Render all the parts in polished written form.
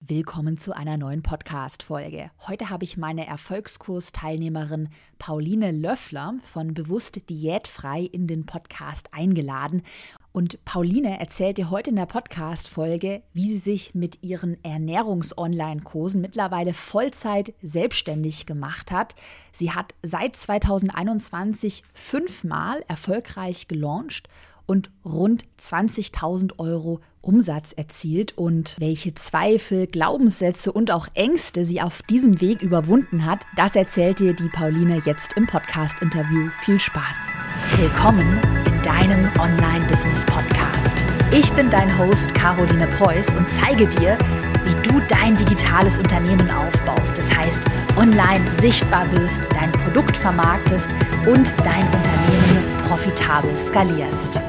Willkommen zu einer neuen Podcast-Folge. Heute habe ich meine Erfolgskurs-Teilnehmerin Pauline Löffler von Bewusst Diätfrei in den Podcast eingeladen. Und Pauline erzählt dir heute in der Podcast-Folge, wie sie sich mit ihren Ernährungs-Online-Kursen mittlerweile Vollzeit selbstständig gemacht hat. Sie hat seit 2021 5-mal erfolgreich gelauncht und rund 20.000 € Umsatz erzielt und welche Zweifel, Glaubenssätze und auch Ängste sie auf diesem Weg überwunden hat, das erzählt dir die Pauline jetzt im Podcast-Interview. Viel Spaß! Willkommen in deinem Online-Business-Podcast. Ich bin dein Host Caroline Preuß und zeige dir, wie du dein digitales Unternehmen aufbaust. Das heißt, online sichtbar wirst, dein Produkt vermarktest und dein Unternehmen profitabel skalierst.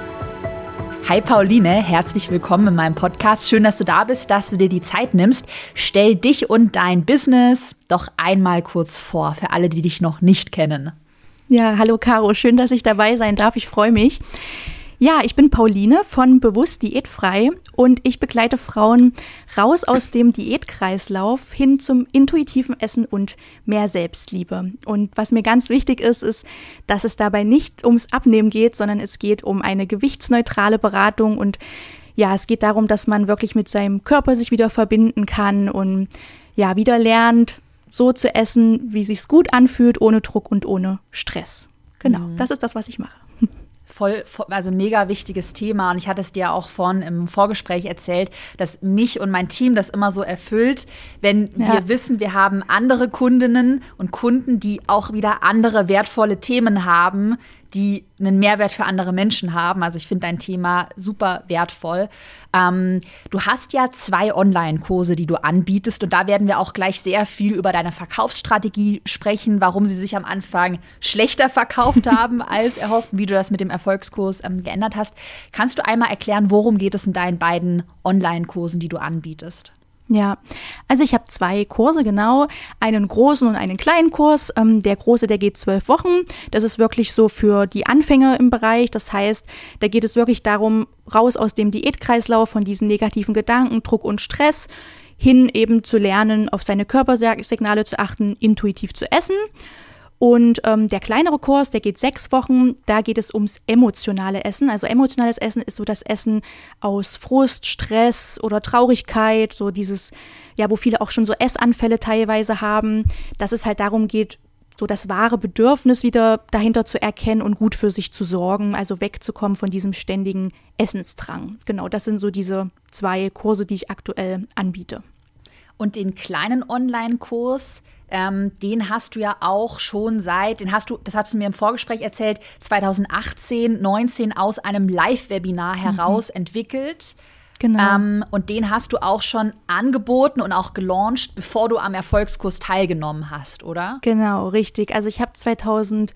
Hi Pauline, herzlich willkommen in meinem Podcast. Schön, dass du da bist, dass du dir die Zeit nimmst. Stell dich und dein Business doch einmal kurz vor, für alle, die dich noch nicht kennen. Ja, hallo Caro, schön, dass ich dabei sein darf. Ich freue mich. Ja, ich bin Pauline von Bewusst Diätfrei und ich begleite Frauen raus aus dem Diätkreislauf hin zum intuitiven Essen und mehr Selbstliebe. Und was mir ganz wichtig ist, dass es dabei nicht ums Abnehmen geht, sondern es geht um eine gewichtsneutrale Beratung und ja, es geht darum, dass man wirklich mit seinem Körper sich wieder verbinden kann und ja, wieder lernt, so zu essen, wie es sich gut anfühlt, ohne Druck und ohne Stress. Genau, das ist das, was ich mache. Also mega wichtiges Thema und ich hatte es dir auch vorhin im Vorgespräch erzählt, dass mich und mein Team das immer so erfüllt, wenn wir wissen, wir haben andere Kundinnen und Kunden, die auch wieder andere wertvolle Themen haben, die einen Mehrwert für andere Menschen haben. Also ich finde dein Thema super wertvoll. Du hast ja 2 Online-Kurse, die du anbietest und da werden wir auch gleich sehr viel über deine Verkaufsstrategie sprechen, warum sie sich am Anfang schlechter verkauft haben als erhofft, wie du das mit dem Erfolgskurs geändert hast. Kannst du einmal erklären, worum geht es in deinen beiden Online-Kursen, die du anbietest? Ja, also ich habe 2 Kurse, genau, einen großen und einen kleinen Kurs. Der große, der geht 12 Wochen. Das ist wirklich so für die Anfänger im Bereich. Das heißt, da geht es wirklich darum, raus aus dem Diätkreislauf von diesen negativen Gedanken, Druck und Stress, hin eben zu lernen, auf seine Körpersignale zu achten, intuitiv zu essen. Und der kleinere Kurs, der geht 6 Wochen, da geht es ums emotionale Essen. Also emotionales Essen ist so das Essen aus Frust, Stress oder Traurigkeit, so dieses, ja, wo viele auch schon so Essanfälle teilweise haben, dass es halt darum geht, so das wahre Bedürfnis wieder dahinter zu erkennen und gut für sich zu sorgen, also wegzukommen von diesem ständigen Essensdrang. Genau, das sind so diese 2 Kurse, die ich aktuell anbiete. Und den kleinen Online-Kurs, den hast du ja auch schon das hast du mir im Vorgespräch erzählt, 2018, 19 aus einem Live-Webinar heraus entwickelt. Genau. Und den hast du auch schon angeboten und auch gelauncht, bevor du am Erfolgskurs teilgenommen hast, oder? Genau, richtig. Also ich habe 2019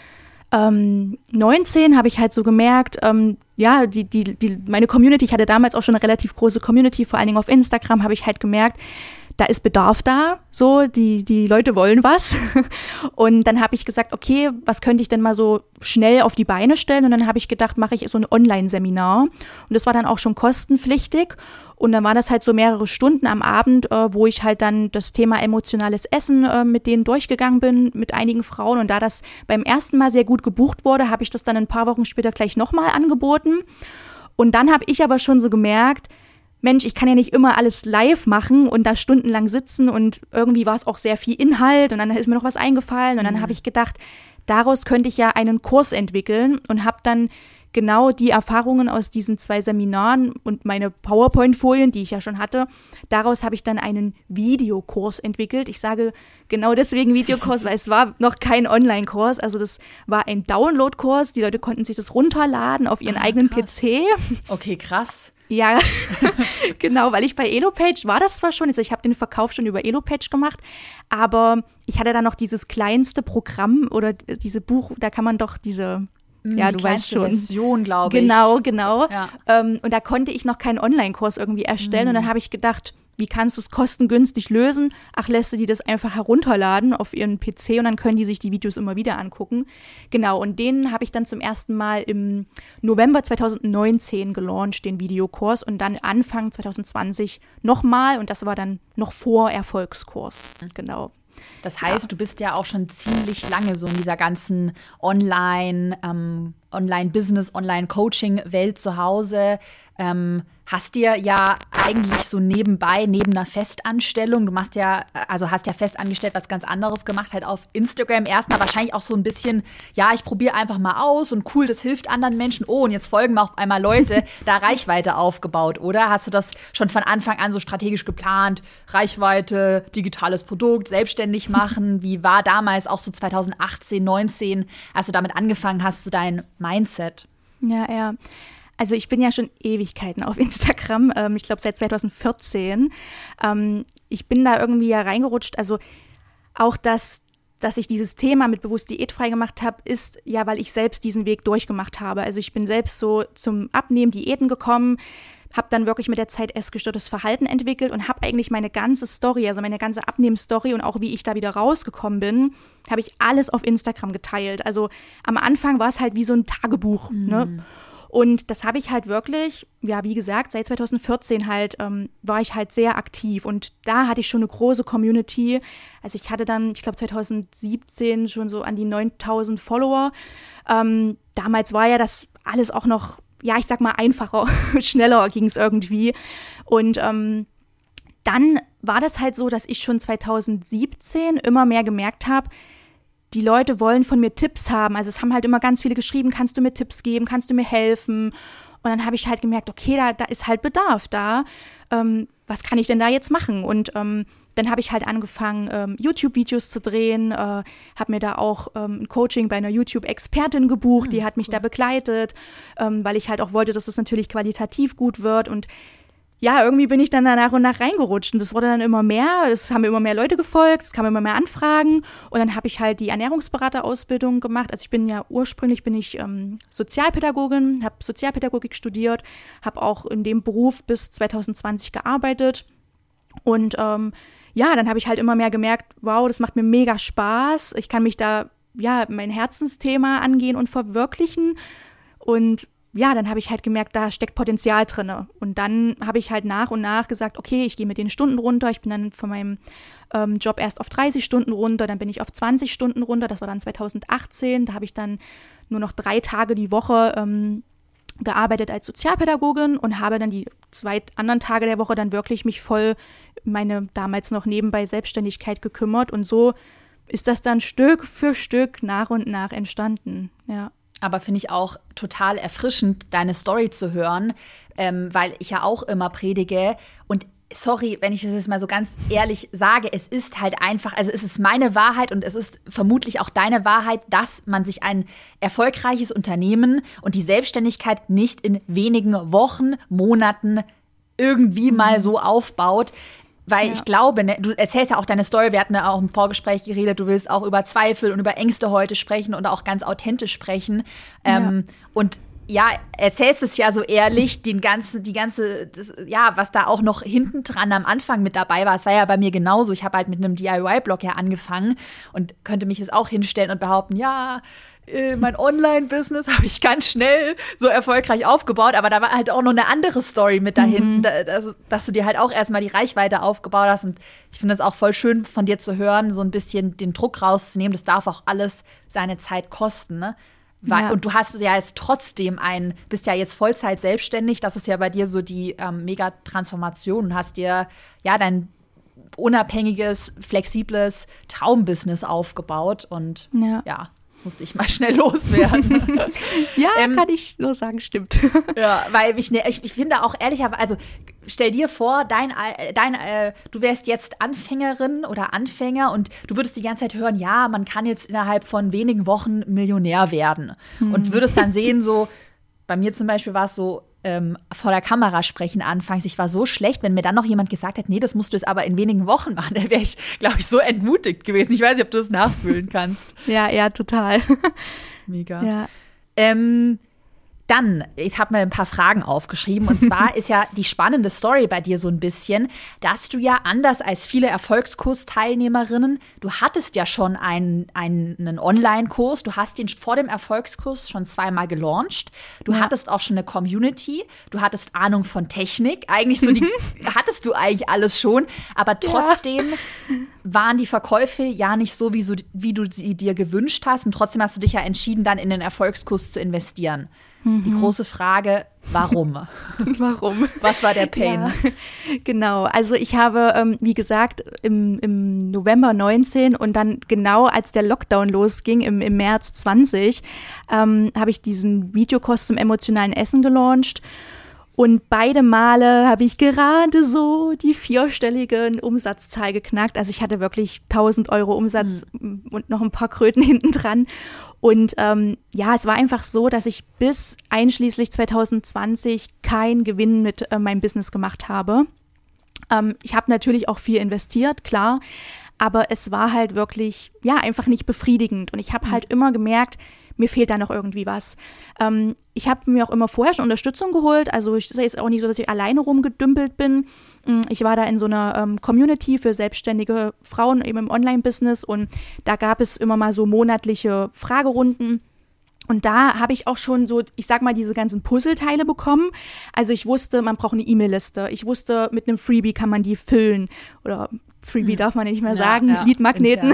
habe ich halt so gemerkt, meine Community, ich hatte damals auch schon eine relativ große Community, vor allen Dingen auf Instagram, habe ich halt gemerkt, da ist Bedarf da, so, die Leute wollen was. Und dann habe ich gesagt, okay, was könnte ich denn mal so schnell auf die Beine stellen? Und dann habe ich gedacht, mache ich so ein Online-Seminar. Und das war dann auch schon kostenpflichtig. Und dann war das halt so mehrere Stunden am Abend, wo ich halt dann das Thema emotionales Essen mit denen durchgegangen bin, mit einigen Frauen. Und da das beim ersten Mal sehr gut gebucht wurde, habe ich das dann ein paar Wochen später gleich nochmal angeboten. Und dann habe ich aber schon so gemerkt, Mensch, ich kann ja nicht immer alles live machen und da stundenlang sitzen und irgendwie war es auch sehr viel Inhalt und dann ist mir noch was eingefallen und dann habe ich gedacht, daraus könnte ich ja einen Kurs entwickeln und habe dann genau die Erfahrungen aus diesen 2 Seminaren und meine PowerPoint-Folien, die ich ja schon hatte, daraus habe ich dann einen Videokurs entwickelt. Ich sage genau deswegen Videokurs, weil es war noch kein Online-Kurs, also das war ein Download-Kurs, die Leute konnten sich das runterladen auf ihren eigenen krass. PC. Okay, krass. Ja, genau, weil ich bei Elopage war das zwar schon, also ich habe den Verkauf schon über Elopage gemacht, aber ich hatte dann noch dieses kleinste Programm oder diese Buch, da kann man doch diese, ja, du weißt schon. Version, glaube ich. Genau. Ja. Und da konnte ich noch keinen Online-Kurs irgendwie erstellen und dann habe ich gedacht, wie kannst du es kostengünstig lösen? Ach, lässt du die das einfach herunterladen auf ihren PC und dann können die sich die Videos immer wieder angucken. Genau, und den habe ich dann zum ersten Mal im November 2019 gelauncht, den Videokurs, und dann Anfang 2020 nochmal, und das war dann noch vor Erfolgskurs. Genau. Das heißt, du bist ja auch schon ziemlich lange so in dieser ganzen Online-Business, Online-Coaching-Welt zu Hause. Hast dir ja eigentlich so nebenbei, neben einer Festanstellung, du hast ja festangestellt was ganz anderes gemacht, halt auf Instagram erstmal wahrscheinlich auch so ein bisschen, ja, ich probiere einfach mal aus und cool, das hilft anderen Menschen. Oh, und jetzt folgen mir auf einmal Leute, da Reichweite aufgebaut, oder? Hast du das schon von Anfang an so strategisch geplant? Reichweite, digitales Produkt, selbstständig machen? Wie war damals auch so 2018, 19, als du damit angefangen hast, so dein Mindset? Ja. Also ich bin ja schon Ewigkeiten auf Instagram, ich glaube seit 2014. Ich bin da irgendwie ja reingerutscht, also auch dass ich dieses Thema mit bewusst diätfrei gemacht habe, ist ja, weil ich selbst diesen Weg durchgemacht habe. Also ich bin selbst so zum Abnehmen, Diäten gekommen, habe dann wirklich mit der Zeit essgestörtes Verhalten entwickelt und habe eigentlich meine ganze Story, also meine ganze Abnehmensstory und auch wie ich da wieder rausgekommen bin, habe ich alles auf Instagram geteilt. Also am Anfang war es halt wie so ein Tagebuch, ne? Und das habe ich halt wirklich, ja, wie gesagt, seit 2014 halt, war ich halt sehr aktiv. Und da hatte ich schon eine große Community. Also ich hatte dann, ich glaube 2017 schon so an die 9.000 Follower. Damals war ja das alles auch noch, ja, ich sag mal einfacher, schneller ging es irgendwie. Und dann war das halt so, dass ich schon 2017 immer mehr gemerkt habe, die Leute wollen von mir Tipps haben. Also es haben halt immer ganz viele geschrieben, kannst du mir Tipps geben, kannst du mir helfen? Und dann habe ich halt gemerkt, okay, da ist halt Bedarf da. Was kann ich denn da jetzt machen? Und dann habe ich halt angefangen, YouTube-Videos zu drehen, habe mir da auch ein Coaching bei einer YouTube-Expertin gebucht, die hat mich da begleitet, weil ich halt auch wollte, dass es natürlich qualitativ gut wird. Und ja, irgendwie bin ich dann da nach und nach reingerutscht und das wurde dann immer mehr, es haben immer mehr Leute gefolgt, es kamen immer mehr Anfragen und dann habe ich halt die Ernährungsberaterausbildung gemacht. Also ich bin ja ursprünglich Sozialpädagogin, habe Sozialpädagogik studiert, habe auch in dem Beruf bis 2020 gearbeitet und dann habe ich halt immer mehr gemerkt, wow, das macht mir mega Spaß, ich kann mich da, ja, mein Herzensthema angehen und verwirklichen und ja, dann habe ich halt gemerkt, da steckt Potenzial drin. Und dann habe ich halt nach und nach gesagt, okay, ich gehe mit den Stunden runter. Ich bin dann von meinem Job erst auf 30 Stunden runter, dann bin ich auf 20 Stunden runter. Das war dann 2018. Da habe ich dann nur noch 3 Tage die Woche gearbeitet als Sozialpädagogin und habe dann die 2 anderen Tage der Woche dann wirklich mich voll meine damals noch nebenbei Selbstständigkeit gekümmert. Und so ist das dann Stück für Stück nach und nach entstanden, ja. Aber finde ich auch total erfrischend, deine Story zu hören, weil ich ja auch immer predige. Und sorry, wenn ich das jetzt mal so ganz ehrlich sage, es ist halt einfach, also es ist meine Wahrheit und es ist vermutlich auch deine Wahrheit, dass man sich ein erfolgreiches Unternehmen und die Selbstständigkeit nicht in wenigen Wochen, Monaten irgendwie mal so aufbaut. Weil ich glaube, ne, du erzählst ja auch deine Story, wir hatten ja auch im Vorgespräch geredet, du willst auch über Zweifel und über Ängste heute sprechen und auch ganz authentisch sprechen. Und ja, erzählst es ja so ehrlich, was da auch noch hinten dran am Anfang mit dabei war. Es war ja bei mir genauso. Ich habe halt mit einem DIY-Blog ja angefangen und könnte mich jetzt auch hinstellen und behaupten, ja, mein Online-Business habe ich ganz schnell so erfolgreich aufgebaut, aber da war halt auch noch eine andere Story mit dahinten, dass du dir halt auch erstmal die Reichweite aufgebaut hast und ich finde das auch voll schön von dir zu hören, so ein bisschen den Druck rauszunehmen, das darf auch alles seine Zeit kosten, ne? Und du hast ja jetzt trotzdem bist ja jetzt Vollzeit selbstständig, das ist ja bei dir so die Mega-Transformation und hast dir ja dein unabhängiges, flexibles Traumbusiness aufgebaut und ja. Musste ich mal schnell loswerden. Ja, kann ich nur sagen, stimmt. Ja, weil ich finde auch ehrlicherweise, also stell dir vor, du wärst jetzt Anfängerin oder Anfänger und du würdest die ganze Zeit hören, ja, man kann jetzt innerhalb von wenigen Wochen Millionär werden. Und würdest dann sehen, so, bei mir zum Beispiel war es so, vor der Kamera sprechen anfangs. Ich war so schlecht, wenn mir dann noch jemand gesagt hätte, nee, das musst du jetzt aber in wenigen Wochen machen, dann wäre ich, glaube ich, so entmutigt gewesen. Ich weiß nicht, ob du das nachfühlen kannst. Ja, total. Mega. Ja. Dann, ich habe mir ein paar Fragen aufgeschrieben. Und zwar ist ja die spannende Story bei dir so ein bisschen, dass du ja anders als viele Erfolgskursteilnehmerinnen, du hattest ja schon einen Online-Kurs, du hast den vor dem Erfolgskurs schon 2-mal gelauncht. Du hattest auch schon eine Community, du hattest Ahnung von Technik. Eigentlich so hattest du eigentlich alles schon, aber trotzdem waren die Verkäufe ja nicht so, wie du sie dir gewünscht hast. Und trotzdem hast du dich ja entschieden, dann in den Erfolgskurs zu investieren. Die große Frage, warum? Warum? Was war der Pain? Ja, genau, also ich habe, wie gesagt, im November 19 und dann genau als der Lockdown losging, im März 20, habe ich diesen Videokurs zum emotionalen Essen gelauncht. Und beide Male habe ich gerade so die 4-stellige Umsatzzahl geknackt. Also ich hatte wirklich 1.000 € Umsatz und noch ein paar Kröten hinten dran. Und es war einfach so, dass ich bis einschließlich 2020 keinen Gewinn mit meinem Business gemacht habe. Ich habe natürlich auch viel investiert, klar, aber es war halt wirklich, einfach nicht befriedigend. Und ich habe halt immer gemerkt, mir fehlt da noch irgendwie was. Ich habe mir auch immer vorher schon Unterstützung geholt. Also es ist jetzt auch nicht so, dass ich alleine rumgedümpelt bin. Ich war da in so einer Community für selbstständige Frauen eben im Online-Business und da gab es immer mal so monatliche Fragerunden. Und da habe ich auch schon so, ich sag mal, diese ganzen Puzzleteile bekommen. Also ich wusste, man braucht eine E-Mail-Liste. Ich wusste, mit einem Freebie kann man die füllen. Oder Freebie darf man ja nicht mehr sagen, Leadmagneten.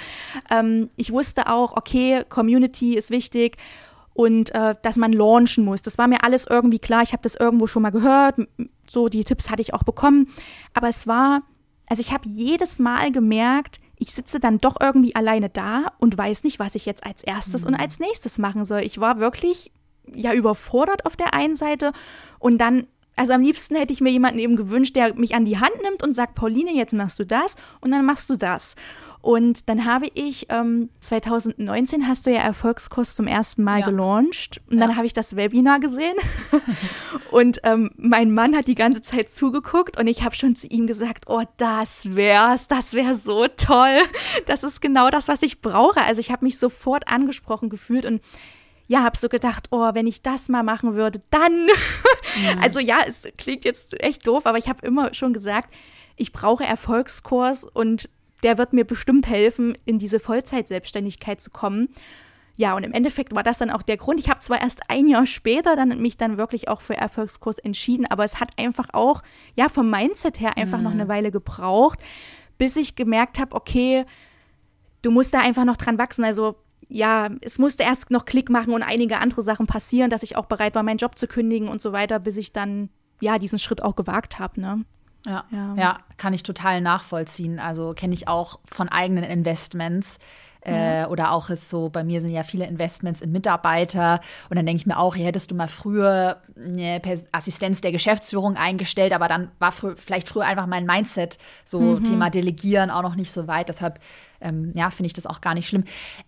Ich wusste auch, okay, Community ist wichtig und dass man launchen muss. Das war mir alles irgendwie klar. Ich habe das irgendwo schon mal gehört. So, die Tipps hatte ich auch bekommen. Aber ich habe jedes Mal gemerkt, ich sitze dann doch irgendwie alleine da und weiß nicht, was ich jetzt als erstes und als nächstes machen soll. Ich war wirklich überfordert auf der einen Seite und dann, also am liebsten hätte ich mir jemanden eben gewünscht, der mich an die Hand nimmt und sagt, Pauline, jetzt machst du das und dann machst du das. Und dann habe ich, 2019 hast du ja Erfolgskurs zum ersten Mal gelauncht und dann habe ich das Webinar gesehen und mein Mann hat die ganze Zeit zugeguckt und ich habe schon zu ihm gesagt, oh, das wäre so toll, das ist genau das, was ich brauche. Also ich habe mich sofort angesprochen gefühlt und habe so gedacht, oh, wenn ich das mal machen würde, dann. Also es klingt jetzt echt doof, aber ich habe immer schon gesagt, ich brauche Erfolgskurs und der wird mir bestimmt helfen, in diese Vollzeit-Selbstständigkeit zu kommen. Ja, und im Endeffekt war das dann auch der Grund. Ich habe zwar erst ein Jahr später mich dann wirklich auch für Erfolgskurs entschieden, aber es hat einfach auch, vom Mindset her einfach noch eine Weile gebraucht, bis ich gemerkt habe, okay, du musst da einfach noch dran wachsen. Also es musste erst noch Klick machen und einige andere Sachen passieren, dass ich auch bereit war, meinen Job zu kündigen und so weiter, bis ich dann diesen Schritt auch gewagt habe, ne? Ja, kann ich total nachvollziehen. Also kenne ich auch von eigenen Investments. Oder auch ist so, bei mir sind ja viele Investments in Mitarbeiter und dann denke ich mir auch, hier hättest du mal früher eine Assistenz der Geschäftsführung eingestellt, aber dann war vielleicht früher einfach mein Mindset, so Thema Delegieren auch noch nicht so weit, deshalb finde ich das auch gar nicht schlimm.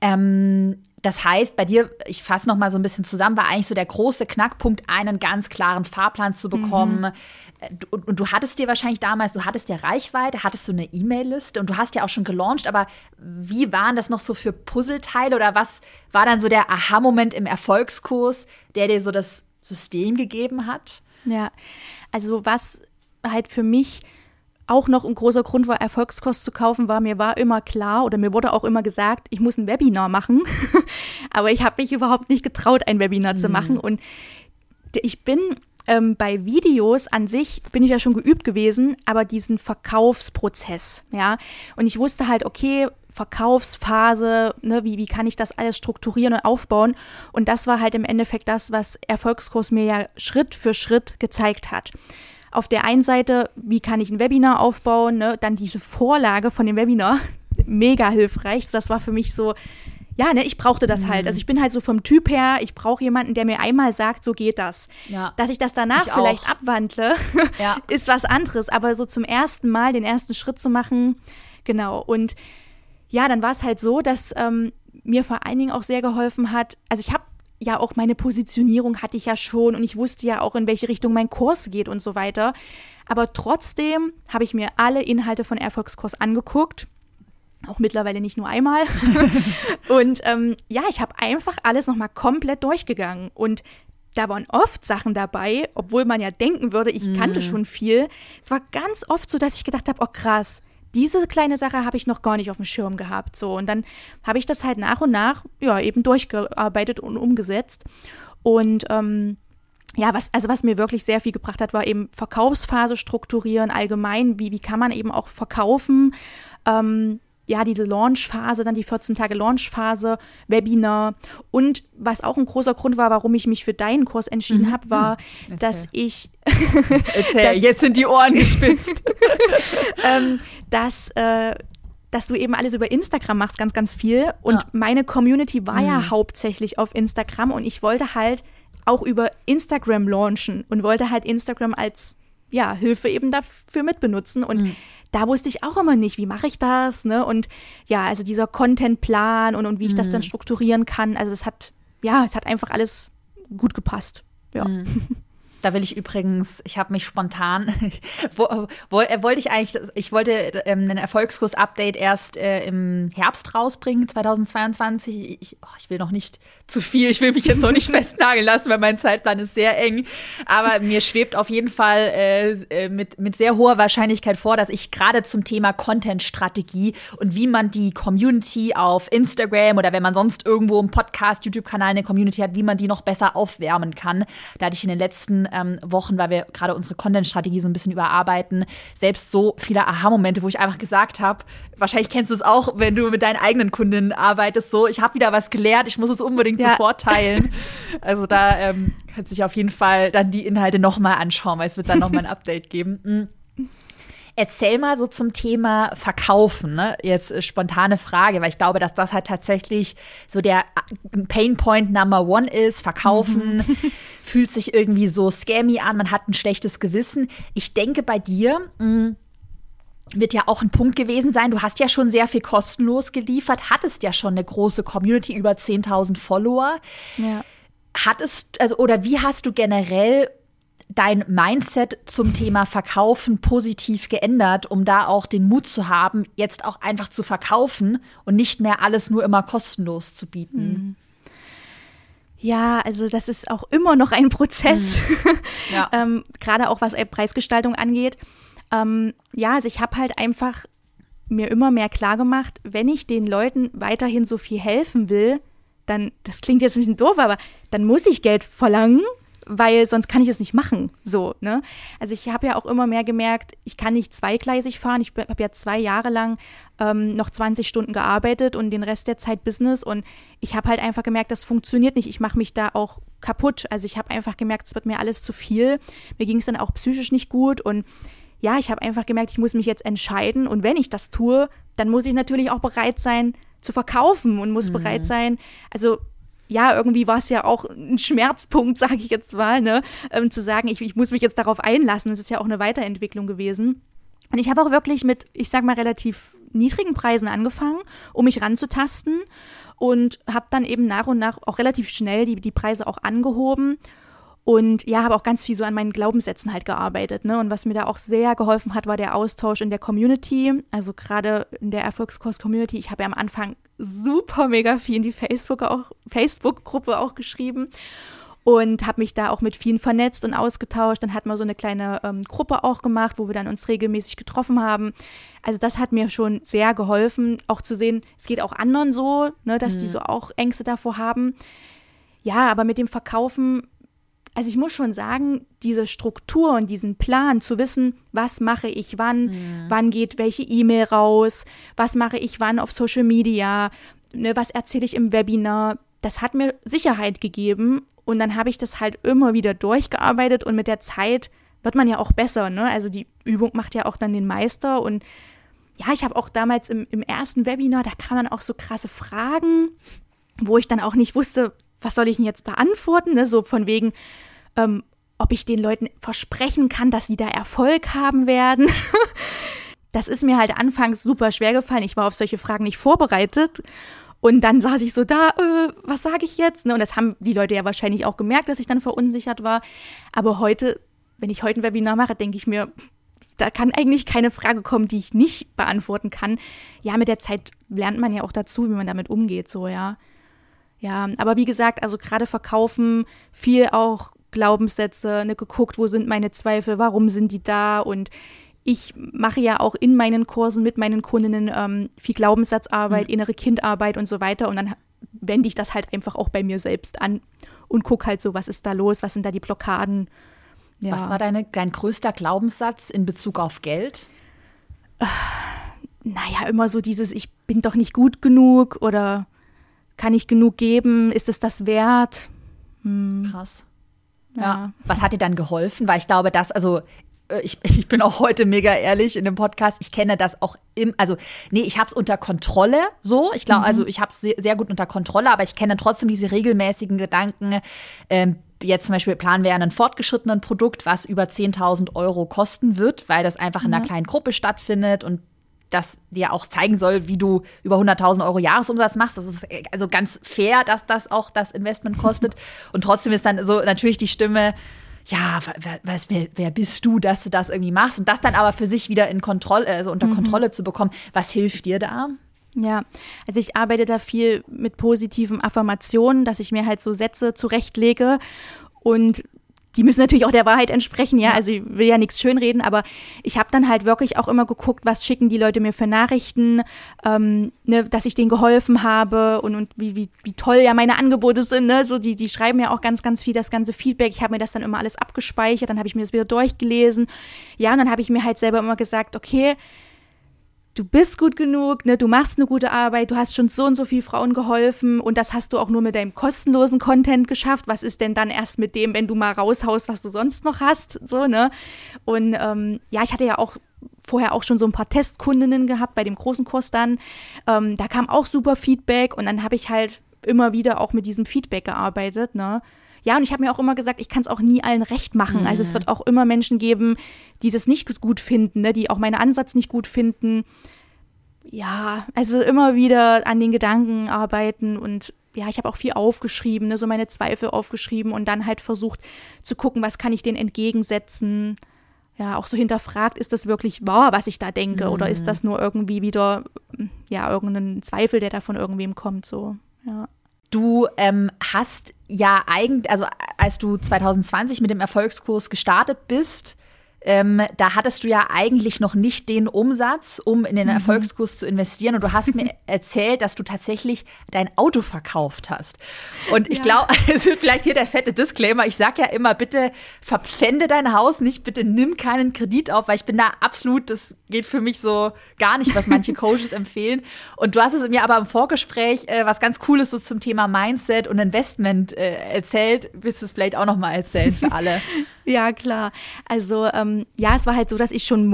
Das heißt, bei dir, ich fasse noch mal so ein bisschen zusammen, war eigentlich so der große Knackpunkt, einen ganz klaren Fahrplan zu bekommen. Und du hattest dir wahrscheinlich damals, du hattest ja Reichweite, hattest du eine E-Mail-Liste und du hast ja auch schon gelauncht, aber wie waren das noch so für Puzzleteile oder was war dann so der Aha-Moment im Erfolgskurs, der dir so das System gegeben hat? Ja, also was halt für mich auch noch ein großer Grund war, Erfolgskurs zu kaufen, mir war immer klar oder mir wurde auch immer gesagt, ich muss ein Webinar machen, aber ich habe mich überhaupt nicht getraut, ein Webinar zu machen und ich bin bei Videos an sich bin ich ja schon geübt gewesen, aber diesen Verkaufsprozess, und ich wusste halt, okay, Verkaufsphase, ne, wie kann ich das alles strukturieren und aufbauen und das war halt im Endeffekt das, was Erfolgskurs mir ja Schritt für Schritt gezeigt hat. Auf der einen Seite, wie kann ich ein Webinar aufbauen, ne, dann diese Vorlage von dem Webinar, mega hilfreich, das war für mich so, ich brauchte das halt. Also ich bin halt so vom Typ her, ich brauche jemanden, der mir einmal sagt, so geht das. Ja. Dass ich das danach vielleicht abwandle, ist was anderes. Aber so zum ersten Mal den ersten Schritt zu machen, genau. Und dann war es halt so, dass mir vor allen Dingen auch sehr geholfen hat, also ich habe ja auch meine Positionierung hatte ich ja schon und ich wusste ja auch, in welche Richtung mein Kurs geht und so weiter. Aber trotzdem habe ich mir alle Inhalte von Erfolgskurs angeguckt. Auch mittlerweile nicht nur einmal. Und ich habe einfach alles nochmal komplett durchgegangen. Und da waren oft Sachen dabei, obwohl man ja denken würde, ich kannte schon viel. Es war ganz oft so, dass ich gedacht habe, oh krass, diese kleine Sache habe ich noch gar nicht auf dem Schirm gehabt. So. Und dann habe ich das halt nach und nach eben durchgearbeitet und umgesetzt. Und was mir wirklich sehr viel gebracht hat, war eben Verkaufsphase strukturieren, allgemein, wie kann man eben auch verkaufen. Diese Launchphase, dann die 14 Tage Launchphase, Webinar. Und was auch ein großer Grund war, warum ich mich für deinen Kurs entschieden habe, war, dass ich Erzähl, jetzt sind die Ohren gespitzt. dass du eben alles über Instagram machst, ganz, ganz viel. Und meine Community war ja hauptsächlich auf Instagram und ich wollte halt auch über Instagram launchen und wollte halt Instagram als Hilfe eben dafür mitbenutzen. Und da wusste ich auch immer nicht, wie mache ich das, ne? Und also dieser Contentplan und wie ich das dann strukturieren kann. Also es hat einfach alles gut gepasst. Ja. Da will ich übrigens, ich habe mich spontan, ich wollte einen Erfolgskurs-Update erst im Herbst rausbringen, 2022. Ich will noch nicht zu viel, ich will mich jetzt noch nicht festnageln lassen, weil mein Zeitplan ist sehr eng. Aber mir schwebt auf jeden Fall mit sehr hoher Wahrscheinlichkeit vor, dass ich gerade zum Thema Content-Strategie und wie man die Community auf Instagram oder wenn man sonst irgendwo im Podcast, YouTube-Kanal eine Community hat, wie man die noch besser aufwärmen kann. Da hatte ich in den letzten Wochen, weil wir gerade unsere Content-Strategie so ein bisschen überarbeiten, selbst so viele Aha-Momente, wo ich einfach gesagt habe, wahrscheinlich kennst du es auch, wenn du mit deinen eigenen Kundinnen arbeitest, so, ich habe wieder was gelernt, ich muss es unbedingt sofort teilen. Also da kann sich auf jeden Fall dann die Inhalte nochmal anschauen, weil es wird dann nochmal ein Update geben. Erzähl mal so zum Thema Verkaufen, ne? Jetzt spontane Frage, weil ich glaube, dass das halt tatsächlich so der Painpoint Number 1 ist. Verkaufen fühlt sich irgendwie so scammy an, man hat ein schlechtes Gewissen. Ich denke, bei dir wird ja auch ein Punkt gewesen sein, du hast ja schon sehr viel kostenlos geliefert, hattest ja schon eine große Community, über 10.000 Follower. Ja. Wie hast du generell dein Mindset zum Thema Verkaufen positiv geändert, um da auch den Mut zu haben, jetzt auch einfach zu verkaufen und nicht mehr alles nur immer kostenlos zu bieten? Ja, also das ist auch immer noch ein Prozess, gerade auch was Preisgestaltung angeht. Also ich habe halt einfach mir immer mehr klar gemacht, wenn ich den Leuten weiterhin so viel helfen will, dann, das klingt jetzt ein bisschen doof, aber dann muss ich Geld verlangen, weil sonst kann ich es nicht machen, so, ne? Also ich habe ja auch immer mehr gemerkt, ich kann nicht zweigleisig fahren. Ich habe ja 2 Jahre lang noch 20 Stunden gearbeitet und den Rest der Zeit Business und ich habe halt einfach gemerkt, das funktioniert nicht. Ich mache mich da auch kaputt. Also ich habe einfach gemerkt, es wird mir alles zu viel. Mir ging es dann auch psychisch nicht gut und ja, ich habe einfach gemerkt, ich muss mich jetzt entscheiden und wenn ich das tue, dann muss ich natürlich auch bereit sein zu verkaufen und muss bereit sein, also ja, irgendwie war es ja auch ein Schmerzpunkt, sage ich jetzt mal, ne, zu sagen, ich muss mich jetzt darauf einlassen. Das ist ja auch eine Weiterentwicklung gewesen. Und ich habe auch wirklich mit, ich sag mal, relativ niedrigen Preisen angefangen, um mich ranzutasten und habe dann eben nach und nach auch relativ schnell die Preise auch angehoben. Und ja, habe auch ganz viel so an meinen Glaubenssätzen halt gearbeitet, ne? Und was mir da auch sehr geholfen hat, war der Austausch in der Community. Also gerade in der Erfolgskurs-Community. Ich habe ja am Anfang super mega viel in die Facebook-Gruppe auch geschrieben und habe mich da auch mit vielen vernetzt und ausgetauscht. Dann hat man so eine kleine Gruppe auch gemacht, wo wir dann uns regelmäßig getroffen haben. Also das hat mir schon sehr geholfen, auch zu sehen, es geht auch anderen so, ne, dass die so auch Ängste davor haben. Ja, aber mit dem Verkaufen, also ich muss schon sagen, diese Struktur und diesen Plan zu wissen, was mache ich wann geht welche E-Mail raus, was mache ich wann auf Social Media, ne, was erzähle ich im Webinar, das hat mir Sicherheit gegeben und dann habe ich das halt immer wieder durchgearbeitet und mit der Zeit wird man ja auch besser, ne? Also die Übung macht ja auch dann den Meister und ja, ich habe auch damals im ersten Webinar, da kamen auch so krasse Fragen, wo ich dann auch nicht wusste, was soll ich denn jetzt da antworten, ne? So von wegen, ob ich den Leuten versprechen kann, dass sie da Erfolg haben werden. Das ist mir halt anfangs super schwer gefallen. Ich war auf solche Fragen nicht vorbereitet. Und dann saß ich so da, was sage ich jetzt? Ne? Und das haben die Leute ja wahrscheinlich auch gemerkt, dass ich dann verunsichert war. Aber heute, wenn ich heute ein Webinar mache, denke ich mir, da kann eigentlich keine Frage kommen, die ich nicht beantworten kann. Ja, mit der Zeit lernt man ja auch dazu, wie man damit umgeht, so, ja. Ja, aber wie gesagt, also gerade verkaufen, viel auch Glaubenssätze, ne, geguckt, wo sind meine Zweifel, warum sind die da, und ich mache ja auch in meinen Kursen mit meinen Kundinnen viel Glaubenssatzarbeit, innere Kindarbeit und so weiter, und dann wende ich das halt einfach auch bei mir selbst an und gucke halt so, was ist da los, was sind da die Blockaden. Ja. Was war dein größter Glaubenssatz in Bezug auf Geld? Naja, immer so dieses, ich bin doch nicht gut genug oder kann ich genug geben, ist es das wert? Krass. Ja. Was hat dir dann geholfen? Weil ich glaube, ich bin auch heute mega ehrlich in dem Podcast. Ich kenne das auch ich habe es unter Kontrolle so. Ich glaube, also ich habe es sehr gut unter Kontrolle, aber ich kenne trotzdem diese regelmäßigen Gedanken. Jetzt zum Beispiel planen wir ja ein fortgeschrittenen Produkt, was über 10.000 € kosten wird, weil das einfach in einer kleinen Gruppe stattfindet und das dir auch zeigen soll, wie du über 100.000 € Jahresumsatz machst. Das ist also ganz fair, dass das auch das Investment kostet. Und trotzdem ist dann so natürlich die Stimme, ja, wer bist du, dass du das irgendwie machst? Und das dann aber für sich wieder unter Kontrolle zu bekommen. Was hilft dir da? Ja, also ich arbeite da viel mit positiven Affirmationen, dass ich mir halt so Sätze zurechtlege, und die müssen natürlich auch der Wahrheit entsprechen, ja, also ich will ja nichts schönreden, aber ich habe dann halt wirklich auch immer geguckt, was schicken die Leute mir für Nachrichten, ne, dass ich denen geholfen habe und wie toll ja meine Angebote sind, ne, so die schreiben ja auch ganz, ganz viel das ganze Feedback, ich habe mir das dann immer alles abgespeichert, dann habe ich mir das wieder durchgelesen, ja, und dann habe ich mir halt selber immer gesagt, okay, du bist gut genug, ne, du machst eine gute Arbeit, du hast schon so und so viel Frauen geholfen, und das hast du auch nur mit deinem kostenlosen Content geschafft. Was ist denn dann erst mit dem, wenn du mal raushaust, was du sonst noch hast, so, ne? Und ich hatte ja auch vorher auch schon so ein paar Testkundinnen gehabt bei dem großen Kurs dann. Da kam auch super Feedback, und dann habe ich halt immer wieder auch mit diesem Feedback gearbeitet, ne? Ja, und ich habe mir auch immer gesagt, ich kann es auch nie allen recht machen. Also es wird auch immer Menschen geben, die das nicht gut finden, ne? Die auch meinen Ansatz nicht gut finden. Ja, also immer wieder an den Gedanken arbeiten, und ja, ich habe auch viel aufgeschrieben, ne? So meine Zweifel aufgeschrieben und dann halt versucht zu gucken, was kann ich denen entgegensetzen. Ja, auch so hinterfragt, ist das wirklich wahr, was ich da denke, oder ist das nur irgendwie wieder, ja, irgendein Zweifel, der da von irgendwem kommt, so, ja. Du hast ja eigentlich, also als du 2020 mit dem Erfolgskurs gestartet bist, da hattest du ja eigentlich noch nicht den Umsatz, um in den Erfolgskurs zu investieren. Und du hast mir erzählt, dass du tatsächlich dein Auto verkauft hast. Und ich glaube, es wird vielleicht hier der fette Disclaimer. Ich sage ja immer, bitte verpfände dein Haus nicht, bitte nimm keinen Kredit auf, weil ich bin da absolut, das geht für mich so gar nicht, was manche Coaches empfehlen. Und du hast es mir aber im Vorgespräch was ganz Cooles so zum Thema Mindset und Investment erzählt. Willst du es vielleicht auch noch mal erzählen für alle? Ja, klar. Also es war halt so, dass ich schon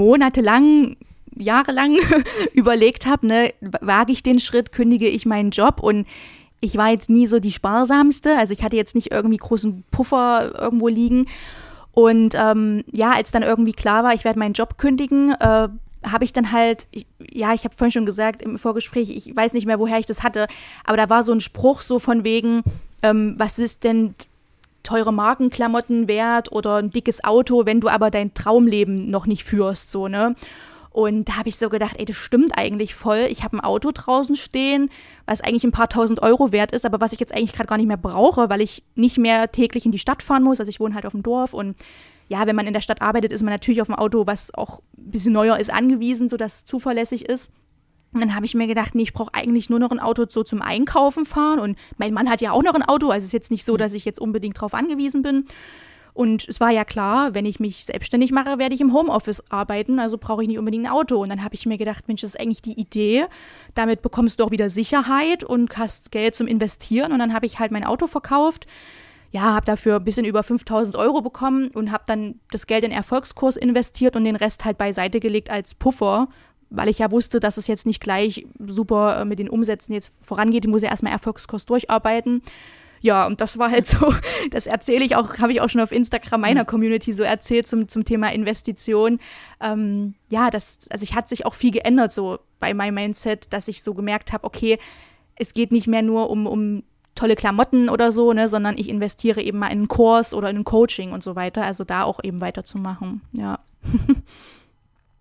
jahrelang überlegt habe, ne, wage ich den Schritt, kündige ich meinen Job, und ich war jetzt nie so die Sparsamste, also ich hatte jetzt nicht irgendwie großen Puffer irgendwo liegen, und als dann irgendwie klar war, ich werde meinen Job kündigen, habe ich dann halt, ich habe vorhin schon gesagt im Vorgespräch, ich weiß nicht mehr, woher ich das hatte, aber da war so ein Spruch so von wegen, was ist denn teure Markenklamotten wert oder ein dickes Auto, wenn du aber dein Traumleben noch nicht führst, so, ne? Und da habe ich so gedacht, ey, das stimmt eigentlich voll. Ich habe ein Auto draußen stehen, was eigentlich ein paar 1.000 € wert ist, aber was ich jetzt eigentlich gerade gar nicht mehr brauche, weil ich nicht mehr täglich in die Stadt fahren muss. Also ich wohne halt auf dem Dorf, und ja, wenn man in der Stadt arbeitet, ist man natürlich auf ein Auto, was auch ein bisschen neuer ist, angewiesen, sodass es zuverlässig ist. Und dann habe ich mir gedacht, nee, ich brauche eigentlich nur noch ein Auto so zum Einkaufen fahren. Und mein Mann hat ja auch noch ein Auto, also es ist jetzt nicht so, dass ich jetzt unbedingt drauf angewiesen bin. Und es war ja klar, wenn ich mich selbstständig mache, werde ich im Homeoffice arbeiten, also brauche ich nicht unbedingt ein Auto. Und dann habe ich mir gedacht, Mensch, das ist eigentlich die Idee. Damit bekommst du auch wieder Sicherheit und hast Geld zum Investieren. Und dann habe ich halt mein Auto verkauft. Ja, habe dafür ein bisschen über 5.000 € bekommen und habe dann das Geld in den Erfolgskurs investiert und den Rest halt beiseite gelegt als Puffer, weil ich ja wusste, dass es jetzt nicht gleich super mit den Umsätzen jetzt vorangeht. Ich muss ja erstmal Erfolgskurs durcharbeiten. Ja, und das war halt so, das erzähle ich auch, habe ich auch schon auf Instagram meiner Community so erzählt zum Thema Investition. Also ich hat sich auch viel geändert so bei meinem Mindset, dass ich so gemerkt habe, okay, es geht nicht mehr nur um tolle Klamotten oder so, ne, sondern ich investiere eben mal in einen Kurs oder in ein Coaching und so weiter, also da auch eben weiterzumachen, ja.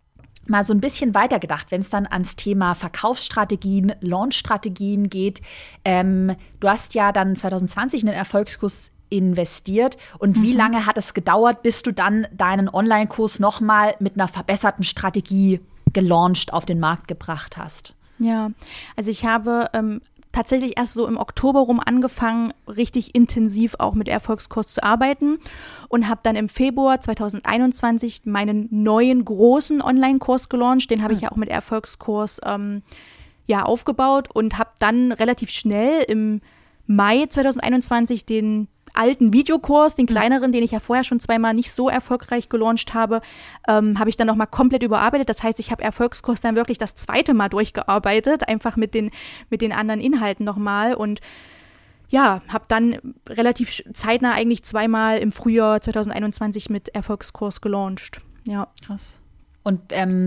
mal so ein bisschen weitergedacht, wenn es dann ans Thema Verkaufsstrategien, Launchstrategien geht. Du hast ja dann 2020 einen Erfolgskurs investiert. Und wie lange hat es gedauert, bis du dann deinen Online-Kurs nochmal mit einer verbesserten Strategie gelauncht auf den Markt gebracht hast? Ja, also ich habe tatsächlich erst so im Oktober rum angefangen, richtig intensiv auch mit Erfolgskurs zu arbeiten und habe dann im Februar 2021 meinen neuen großen Online-Kurs gelauncht. Den habe ich ja auch mit Erfolgskurs aufgebaut und habe dann relativ schnell im Mai 2021 den alten Videokurs, den kleineren, den ich ja vorher schon zweimal nicht so erfolgreich gelauncht habe, habe ich dann nochmal komplett überarbeitet. Das heißt, ich habe Erfolgskurs dann wirklich das zweite Mal durchgearbeitet, einfach mit den anderen Inhalten nochmal und ja, habe dann relativ zeitnah eigentlich zweimal im Frühjahr 2021 mit Erfolgskurs gelauncht. Ja. Krass. Und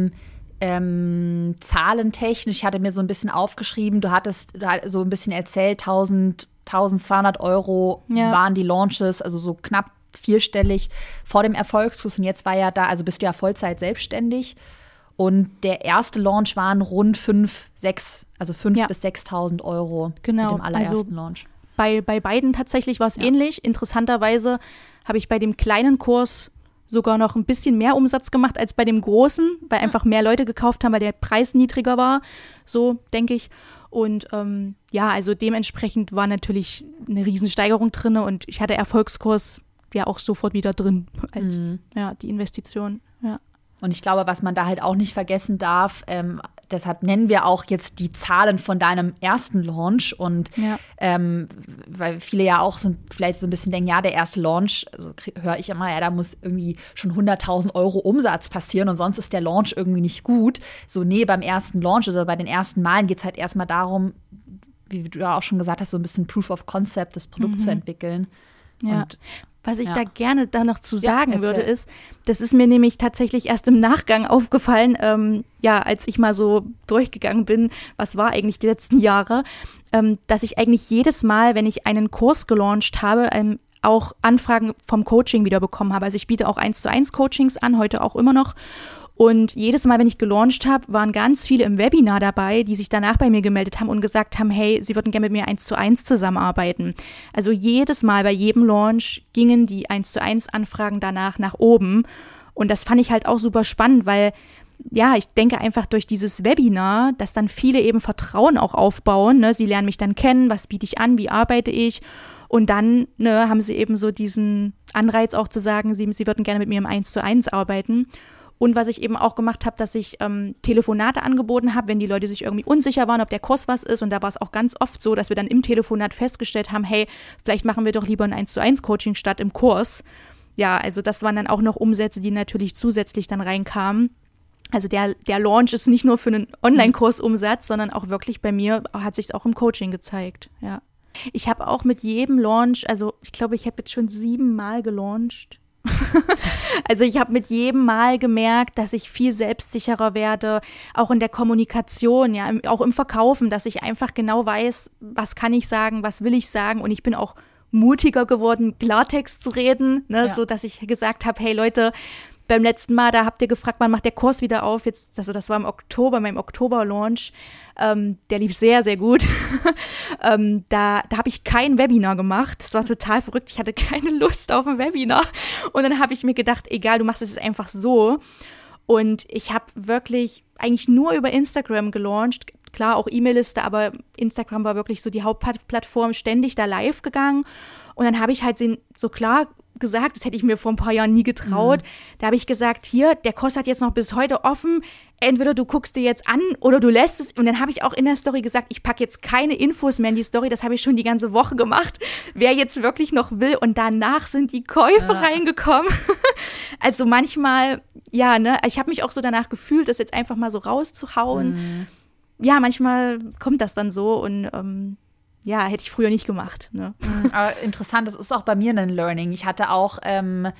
zahlentechnisch, ich hatte mir so ein bisschen aufgeschrieben, du hattest so ein bisschen erzählt, 1.200 Euro waren die Launches, also so knapp vierstellig vor dem Erfolgskurs. Und jetzt war ja da, also bist du ja Vollzeit selbstständig. Und der erste Launch waren rund 5.000 bis 6.000 Euro mit dem allerersten Launch. Bei beiden tatsächlich war es ähnlich. Interessanterweise habe ich bei dem kleinen Kurs sogar noch ein bisschen mehr Umsatz gemacht als bei dem großen, weil einfach mehr Leute gekauft haben, weil der Preis niedriger war, so denke ich. Und also dementsprechend war natürlich eine Riesensteigerung drin und ich hatte Erfolgskurs ja auch sofort wieder drin als die Investition. Ja. Und ich glaube, was man da halt auch nicht vergessen darf, deshalb nennen wir auch jetzt die Zahlen von deinem ersten Launch und weil viele ja auch so, vielleicht so ein bisschen denken, ja, der erste Launch, also höre ich immer, ja, da muss irgendwie schon 100.000 Euro Umsatz passieren und sonst ist der Launch irgendwie nicht gut. So, nee, beim ersten Launch, also bei den ersten Malen geht es halt erstmal darum, wie du ja auch schon gesagt hast, so ein bisschen Proof of Concept, das Produkt zu entwickeln. Ja. Und was ich da gerne da noch zu sagen würde, ist, das ist mir nämlich tatsächlich erst im Nachgang aufgefallen, als ich mal so durchgegangen bin, was war eigentlich die letzten Jahre, dass ich eigentlich jedes Mal, wenn ich einen Kurs gelauncht habe, auch Anfragen vom Coaching wieder bekommen habe. Also ich biete auch 1:1 Coachings an, heute auch immer noch. Und jedes Mal, wenn ich gelauncht habe, waren ganz viele im Webinar dabei, die sich danach bei mir gemeldet haben und gesagt haben, hey, sie würden gerne mit mir 1:1 zusammenarbeiten. Also jedes Mal bei jedem Launch gingen die 1:1 Anfragen danach nach oben. Und das fand ich halt auch super spannend, weil ich denke einfach durch dieses Webinar, dass dann viele eben Vertrauen auch aufbauen. Ne? Sie lernen mich dann kennen, was biete ich an, wie arbeite ich. Und dann haben sie eben so diesen Anreiz auch zu sagen, sie würden gerne mit mir im 1:1 arbeiten. Und was ich eben auch gemacht habe, dass ich Telefonate angeboten habe, wenn die Leute sich irgendwie unsicher waren, ob der Kurs was ist. Und da war es auch ganz oft so, dass wir dann im Telefonat festgestellt haben, hey, vielleicht machen wir doch lieber ein 1:1 Coaching statt im Kurs. Ja, also das waren dann auch noch Umsätze, die natürlich zusätzlich dann reinkamen. Also der Launch ist nicht nur für einen Online-Kursumsatz, sondern auch wirklich bei mir hat sich es auch im Coaching gezeigt, ja. Ich habe auch mit jedem Launch, also ich glaube, ich habe jetzt schon 7 Mal gelauncht. Also ich habe mit jedem Mal gemerkt, dass ich viel selbstsicherer werde, auch in der Kommunikation, ja, auch im Verkaufen, dass ich einfach genau weiß, was kann ich sagen, was will ich sagen und ich bin auch mutiger geworden, Klartext zu reden, ne, so dass ich gesagt habe, hey Leute, beim letzten Mal, da habt ihr gefragt, wann macht der Kurs wieder auf? Jetzt, also das war im Oktober, meinem Oktober-Launch. Der lief sehr, sehr gut. Da habe ich kein Webinar gemacht. Das war total verrückt. Ich hatte keine Lust auf ein Webinar. Und dann habe ich mir gedacht, egal, du machst es jetzt einfach so. Und ich habe wirklich eigentlich nur über Instagram gelauncht. Klar, auch E-Mail-Liste, aber Instagram war wirklich so die Hauptplattform, ständig da live gegangen. Und dann habe ich halt so klar gesagt, das hätte ich mir vor ein paar Jahren nie getraut. Da habe ich gesagt, hier, der Kurs hat jetzt noch bis heute offen. Entweder du guckst dir jetzt an oder du lässt es. Und dann habe ich auch in der Story gesagt, ich packe jetzt keine Infos mehr in die Story. Das habe ich schon die ganze Woche gemacht. Wer jetzt wirklich noch will. Und danach sind die Käufe reingekommen. Also manchmal, ich habe mich auch so danach gefühlt, das jetzt einfach mal so rauszuhauen. Ja, manchmal kommt das dann so und hätte ich früher nicht gemacht. Ne? Aber interessant, das ist auch bei mir ein Learning. Ich hatte auch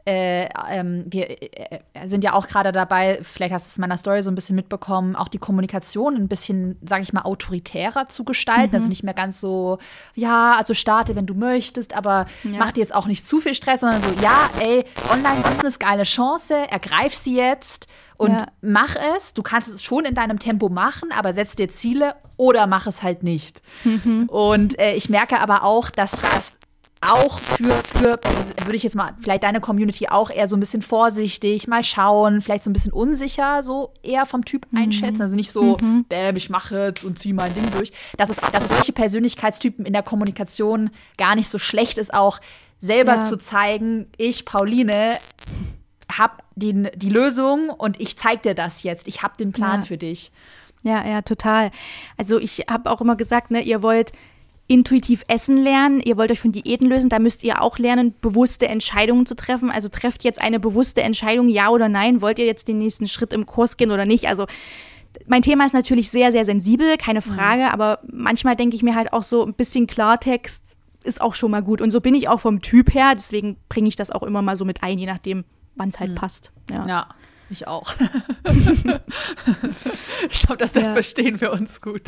wir sind ja auch gerade dabei, vielleicht hast du es in meiner Story so ein bisschen mitbekommen, auch die Kommunikation ein bisschen, sage ich mal, autoritärer zu gestalten. Also nicht mehr ganz so, ja, also starte, wenn du möchtest, aber mach dir jetzt auch nicht zu viel Stress, sondern so, ja, ey, Online-Business, geile Chance, ergreif sie jetzt und mach es. Du kannst es schon in deinem Tempo machen, aber setz dir Ziele oder mach es halt nicht. Und ich merke aber auch, dass das auch für würde ich jetzt mal vielleicht deine Community auch eher so ein bisschen vorsichtig, mal schauen, vielleicht so ein bisschen unsicher, so eher vom Typ einschätzen. Also nicht so, bäm, ich mache jetzt und ziehe mein Ding durch. Dass es solche Persönlichkeitstypen in der Kommunikation gar nicht so schlecht ist, auch selber zu zeigen, ich, Pauline, hab die Lösung und ich zeig dir das jetzt. Ich hab den Plan für dich. Ja, total. Also ich habe auch immer gesagt, ne, ihr wollt intuitiv essen lernen, ihr wollt euch von Diäten lösen, da müsst ihr auch lernen, bewusste Entscheidungen zu treffen. Also trefft jetzt eine bewusste Entscheidung, ja oder nein, wollt ihr jetzt den nächsten Schritt im Kurs gehen oder nicht? Also mein Thema ist natürlich sehr, sehr sensibel, keine Frage, aber manchmal denke ich mir halt auch so, ein bisschen Klartext ist auch schon mal gut. Und so bin ich auch vom Typ her, deswegen bringe ich das auch immer mal so mit ein, je nachdem, wann es halt passt. Ja. Ich auch. Ich glaube, das verstehen wir uns gut.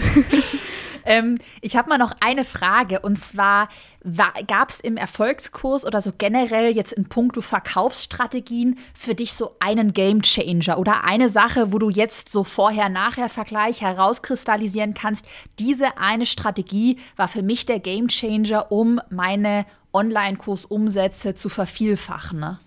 Ich habe mal noch eine Frage und zwar, gab es im Erfolgskurs oder so generell jetzt in puncto Verkaufsstrategien für dich so einen Gamechanger oder eine Sache, wo du jetzt so Vorher-Nachher-Vergleich herauskristallisieren kannst, diese eine Strategie war für mich der Gamechanger, um meine Online-Kursumsätze zu vervielfachen, ne?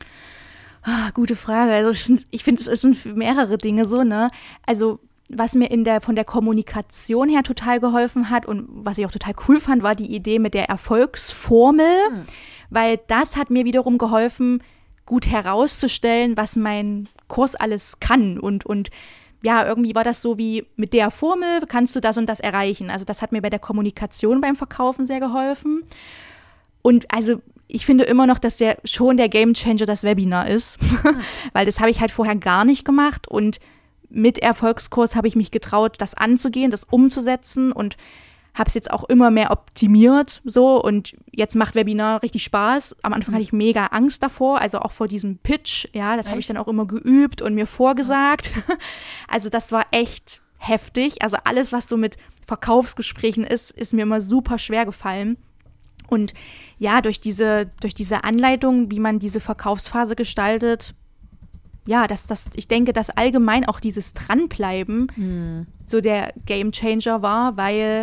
Gute Frage. Also ich finde, es sind mehrere Dinge so, ne? Also was mir von der Kommunikation her total geholfen hat und was ich auch total cool fand, war die Idee mit der Erfolgsformel, weil das hat mir wiederum geholfen, gut herauszustellen, was mein Kurs alles kann und ja, irgendwie war das so wie, mit der Formel kannst du das und das erreichen. Also das hat mir bei der Kommunikation beim Verkaufen sehr geholfen. Und also ich finde immer noch, dass schon der Gamechanger das Webinar ist, weil das habe ich halt vorher gar nicht gemacht und mit Erfolgskurs habe ich mich getraut, das anzugehen, das umzusetzen und habe es jetzt auch immer mehr optimiert so und jetzt macht Webinar richtig Spaß. Am Anfang hatte ich mega Angst davor, also auch vor diesem Pitch, ja, das habe ich dann auch immer geübt und mir vorgesagt. Also das war echt heftig, also alles, was so mit Verkaufsgesprächen ist mir immer super schwer gefallen. Und ja, durch diese Anleitung, wie man diese Verkaufsphase gestaltet, ich denke, dass allgemein auch dieses Dranbleiben so der Gamechanger war, weil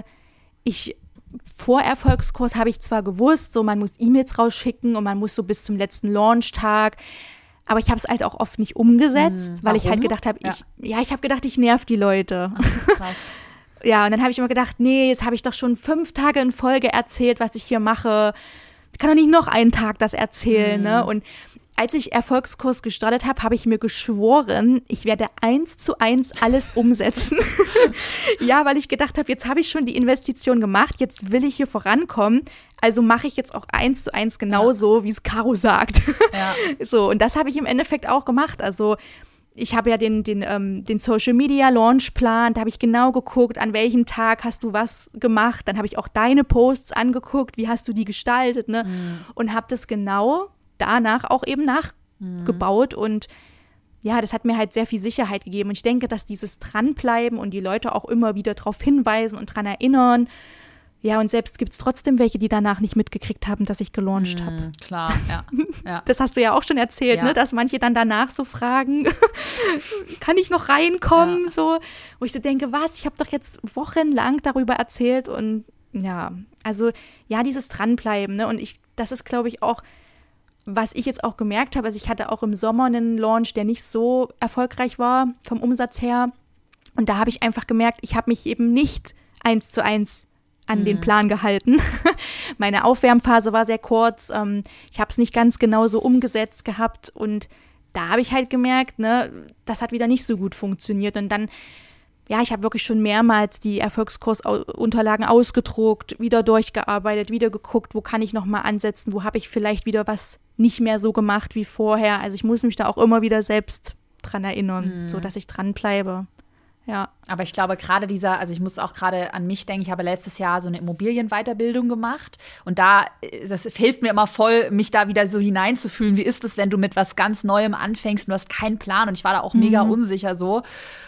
vor Erfolgskurs habe ich zwar gewusst, so man muss E-Mails rausschicken und man muss so bis zum letzten Launchtag, aber ich habe es halt auch oft nicht umgesetzt, weil ich halt gedacht habe, ich habe gedacht, ich nerv die Leute. Ach, krass. Ja, und dann habe ich immer gedacht, nee, jetzt habe ich doch schon 5 Tage in Folge erzählt, was ich hier mache. Ich kann doch nicht noch einen Tag das erzählen, ne? Und als ich Erfolgskurs gestartet habe, habe ich mir geschworen, ich werde 1:1 alles umsetzen. Ja, weil ich gedacht habe, jetzt habe ich schon die Investition gemacht, jetzt will ich hier vorankommen, also mache ich jetzt auch 1:1 genauso, wie es Caro sagt. Ja. So, und das habe ich im Endeffekt auch gemacht, also ich habe ja den Social-Media-Launch-Plan, da habe ich genau geguckt, an welchem Tag hast du was gemacht. Dann habe ich auch deine Posts angeguckt, wie hast du die gestaltet, ne? Und habe das genau danach auch eben nachgebaut. Und ja, das hat mir halt sehr viel Sicherheit gegeben. Und ich denke, dass dieses Dranbleiben und die Leute auch immer wieder darauf hinweisen und dran erinnern. Ja, und selbst gibt es trotzdem welche, die danach nicht mitgekriegt haben, dass ich gelauncht habe. Klar, ja. Das hast du ja auch schon erzählt, ne? Dass manche dann danach so fragen, kann ich noch reinkommen? So, wo ich so denke, was? Ich habe doch jetzt wochenlang darüber erzählt und ja, also ja, dieses Dranbleiben, ne? Und das ist, glaube ich, auch, was ich jetzt auch gemerkt habe, also ich hatte auch im Sommer einen Launch, der nicht so erfolgreich war vom Umsatz her und da habe ich einfach gemerkt, ich habe mich eben nicht 1:1 an den Plan gehalten. Meine Aufwärmphase war sehr kurz. Ich habe es nicht ganz genau so umgesetzt gehabt und da habe ich halt gemerkt, ne, das hat wieder nicht so gut funktioniert und dann, ja, ich habe wirklich schon mehrmals die Erfolgskursunterlagen ausgedruckt, wieder durchgearbeitet, wieder geguckt, wo kann ich nochmal ansetzen, wo habe ich vielleicht wieder was nicht mehr so gemacht wie vorher. Also ich muss mich da auch immer wieder selbst dran erinnern, so dass ich dranbleibe. Ja. Aber ich glaube, gerade also ich muss auch gerade an mich denken, ich habe letztes Jahr so eine Immobilienweiterbildung gemacht und das hilft mir immer voll, mich da wieder so hineinzufühlen. Wie ist es, wenn du mit was ganz Neuem anfängst und du hast keinen Plan, und ich war da auch mega unsicher so.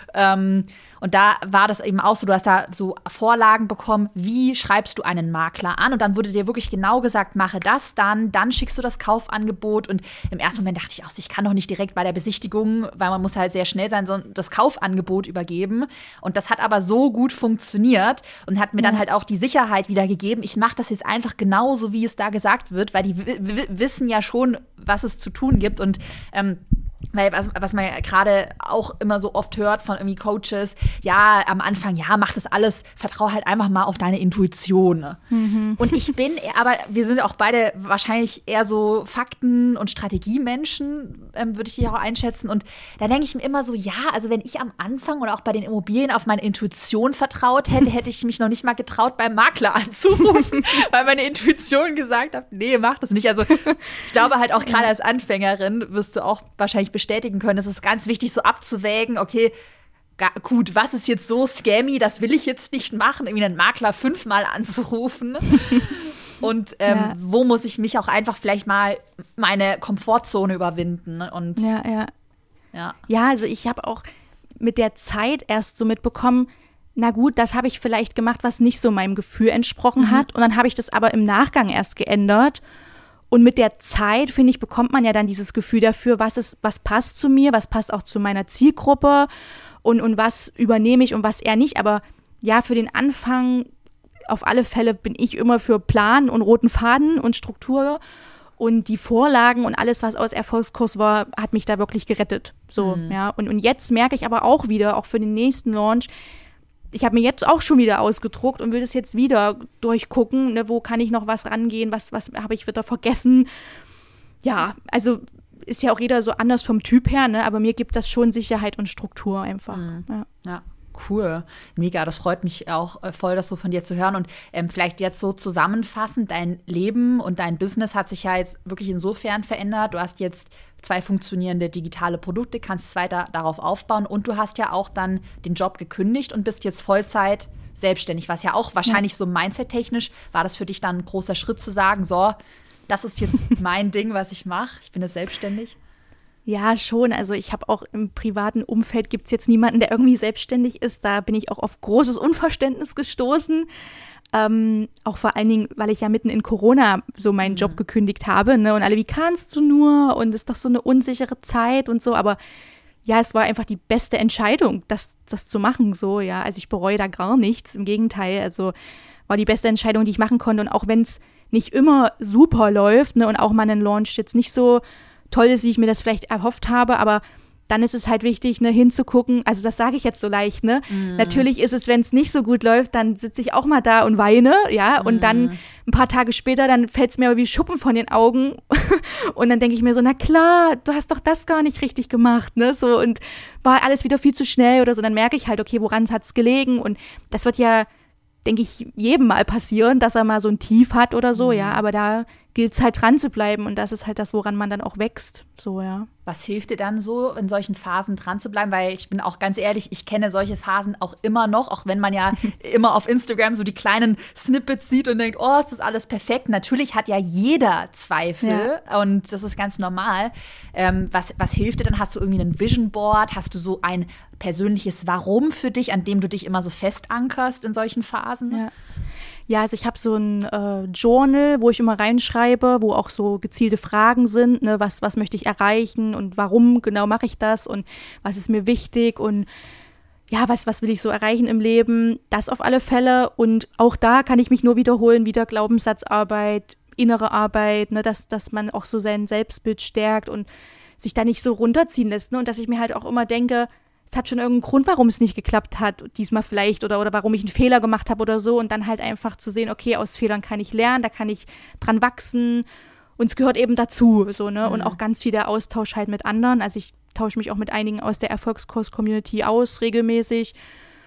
Und da war das eben auch so, du hast da so Vorlagen bekommen, wie schreibst du einen Makler an? Und dann wurde dir wirklich genau gesagt, mache das dann schickst du das Kaufangebot. Und im ersten Moment dachte ich auch so, ich kann doch nicht direkt bei der Besichtigung, weil man muss halt sehr schnell sein, so das Kaufangebot übergeben. Und das hat aber so gut funktioniert und hat mir dann halt auch die Sicherheit wieder gegeben, ich mache das jetzt einfach genauso, wie es da gesagt wird, weil die wissen ja schon, was es zu tun gibt. Und weil was man ja gerade auch immer so oft hört von irgendwie Coaches, ja, am Anfang, ja, mach das alles, vertrau halt einfach mal auf deine Intuition. Und aber wir sind auch beide wahrscheinlich eher so Fakten- und Strategiemenschen, würde ich hier auch einschätzen. Und da denke ich mir immer so, ja, also wenn ich am Anfang oder auch bei den Immobilien auf meine Intuition vertraut hätte, hätte ich mich noch nicht mal getraut, beim Makler anzurufen, weil meine Intuition gesagt hat, nee, mach das nicht. Also ich glaube halt auch gerade als Anfängerin wirst du auch wahrscheinlich bestätigen können, es ist ganz wichtig, so abzuwägen, okay, gut, was ist jetzt so scammy, das will ich jetzt nicht machen, irgendwie einen Makler 5-mal anzurufen. Und wo muss ich mich auch einfach vielleicht mal meine Komfortzone überwinden? Und Ja, also ich habe auch mit der Zeit erst so mitbekommen, na gut, das habe ich vielleicht gemacht, was nicht so meinem Gefühl entsprochen hat. Und dann habe ich das aber im Nachgang erst geändert. Und mit der Zeit, finde ich, bekommt man ja dann dieses Gefühl dafür, was passt zu mir, was passt auch zu meiner Zielgruppe und was übernehme ich und was eher nicht. Aber ja, für den Anfang auf alle Fälle bin ich immer für Plan und roten Faden und Struktur. Und die Vorlagen und alles, was aus Erfolgskurs war, hat mich da wirklich gerettet. So, ja. Und jetzt merke ich aber auch wieder, auch für den nächsten Launch, ich habe mir jetzt auch schon wieder ausgedruckt und will das jetzt wieder durchgucken, ne, wo kann ich noch was rangehen, was habe ich wieder vergessen. Ja, also ist ja auch jeder so anders vom Typ her, ne, aber mir gibt das schon Sicherheit und Struktur einfach. Ja. Cool, mega, das freut mich auch voll, das so von dir zu hören. Und vielleicht jetzt so zusammenfassend, dein Leben und dein Business hat sich ja jetzt wirklich insofern verändert. Du hast jetzt 2 funktionierende digitale Produkte, kannst weiter darauf aufbauen und du hast ja auch dann den Job gekündigt und bist jetzt Vollzeit selbstständig, was ja auch wahrscheinlich so mindset-technisch, war das für dich dann ein großer Schritt zu sagen, so, das ist jetzt mein Ding, was ich mache, ich bin jetzt selbstständig? Ja, schon. Also ich habe auch im privaten Umfeld gibt es jetzt niemanden, der irgendwie selbstständig ist. Da bin ich auch auf großes Unverständnis gestoßen. Auch vor allen Dingen, weil ich ja mitten in Corona so meinen Job gekündigt habe. Ne? Und alle, wie kannst du nur? Und es ist doch so eine unsichere Zeit und so. Aber ja, es war einfach die beste Entscheidung, das zu machen. So, ja. Also ich bereue da gar nichts. Im Gegenteil, also war die beste Entscheidung, die ich machen konnte. Und auch wenn es nicht immer super läuft, ne? Und auch mal ein Launch jetzt nicht so toll ist, wie ich mir das vielleicht erhofft habe, aber dann ist es halt wichtig, ne, hinzugucken, also das sage ich jetzt so leicht, ne, natürlich ist es, wenn es nicht so gut läuft, dann sitze ich auch mal da und weine, ja, und dann ein paar Tage später, dann fällt es mir aber wie Schuppen von den Augen und dann denke ich mir so, na klar, du hast doch das gar nicht richtig gemacht, ne, so, und war alles wieder viel zu schnell oder so, dann merke ich halt, okay, woran hat es gelegen, und das wird ja, denke ich, jedem mal passieren, dass er mal so ein Tief hat oder so, ja, aber da gilt es halt dran zu bleiben und das ist halt das, woran man dann auch wächst, so, ja. Was hilft dir dann so, in solchen Phasen dran zu bleiben? Weil ich bin auch ganz ehrlich, ich kenne solche Phasen auch immer noch, auch wenn man ja immer auf Instagram so die kleinen Snippets sieht und denkt, oh, ist das alles perfekt. Natürlich hat ja jeder Zweifel und das ist ganz normal. Was hilft dir dann? Hast du irgendwie ein Vision Board? Hast du so ein persönliches Warum für dich, an dem du dich immer so festankerst in solchen Phasen? Ja, also ich habe so ein Journal, wo ich immer reinschreibe, wo auch so gezielte Fragen sind, ne, was möchte ich erreichen und warum genau mache ich das und was ist mir wichtig und ja, was will ich so erreichen im Leben, das auf alle Fälle, und auch da kann ich mich nur wiederholen, wieder Glaubenssatzarbeit, innere Arbeit, ne, dass man auch so sein Selbstbild stärkt und sich da nicht so runterziehen lässt, ne, und dass ich mir halt auch immer denke, es hat schon irgendeinen Grund, warum es nicht geklappt hat, diesmal vielleicht, oder warum ich einen Fehler gemacht habe oder so, und dann halt einfach zu sehen, okay, aus Fehlern kann ich lernen, da kann ich dran wachsen und es gehört eben dazu, so, ne, und auch ganz viel der Austausch halt mit anderen, also ich tausche mich auch mit einigen aus der Erfolgskurs-Community aus, regelmäßig,